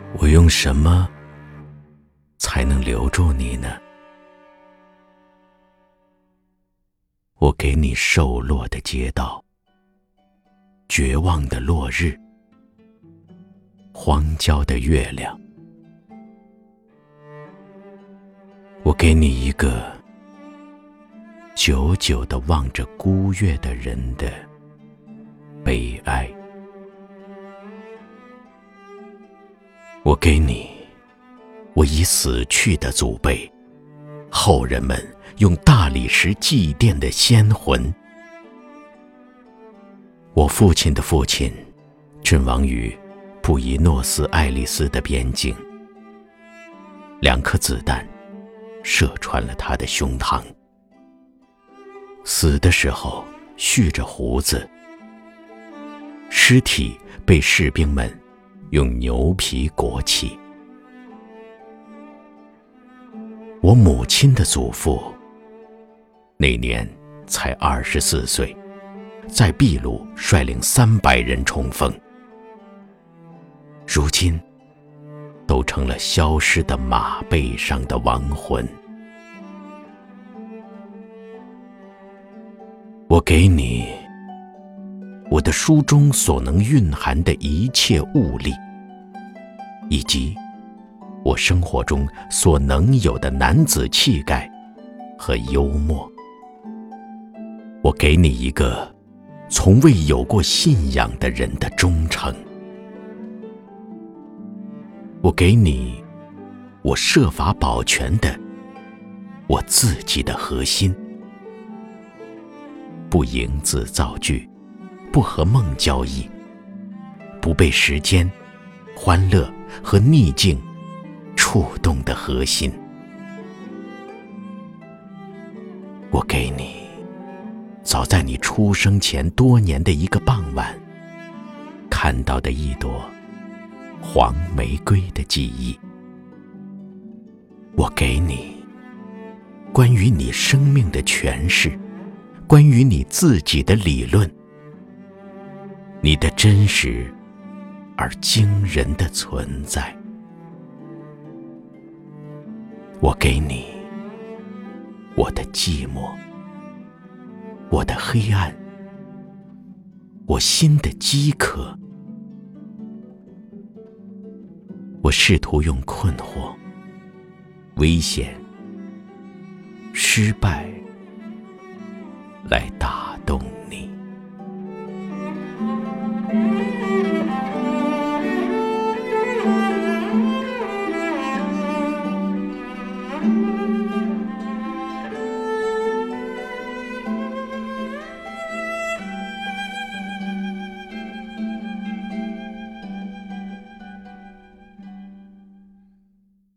我用什么才能留住你呢？我给你瘦落的街道，绝望的落日，荒郊的月亮。我给你一个久久地望着孤月的人的悲哀。我给你我已死去的祖辈，后人们用大理石祭奠的先魂。我父亲的父亲阵亡于布宜诺斯艾利斯的边境，2颗子弹射穿了他的胸膛。死的时候蓄着胡子，尸体被士兵们用牛皮裹起。我母亲的祖父那年才24岁，在秘鲁率领300人冲锋，如今都成了消失的马背上的亡魂。我给你我的书中所能蕴含的一切物力，以及我生活中所能有的男子气概和幽默。我给你一个从未有过信仰的人的忠诚。我给你我设法保全的我自己的核心，不营字造句，不和梦交易，不被时间、欢乐和逆境触动的核心。我给你早在你出生前多年的一个傍晚看到的一朵黄玫瑰的记忆。我给你关于你生命的诠释，关于你自己的理论，你的真实而惊人的存在。我给你我的寂寞，我的黑暗，我心的饥渴。我试图用困惑、危险、失败来打动你。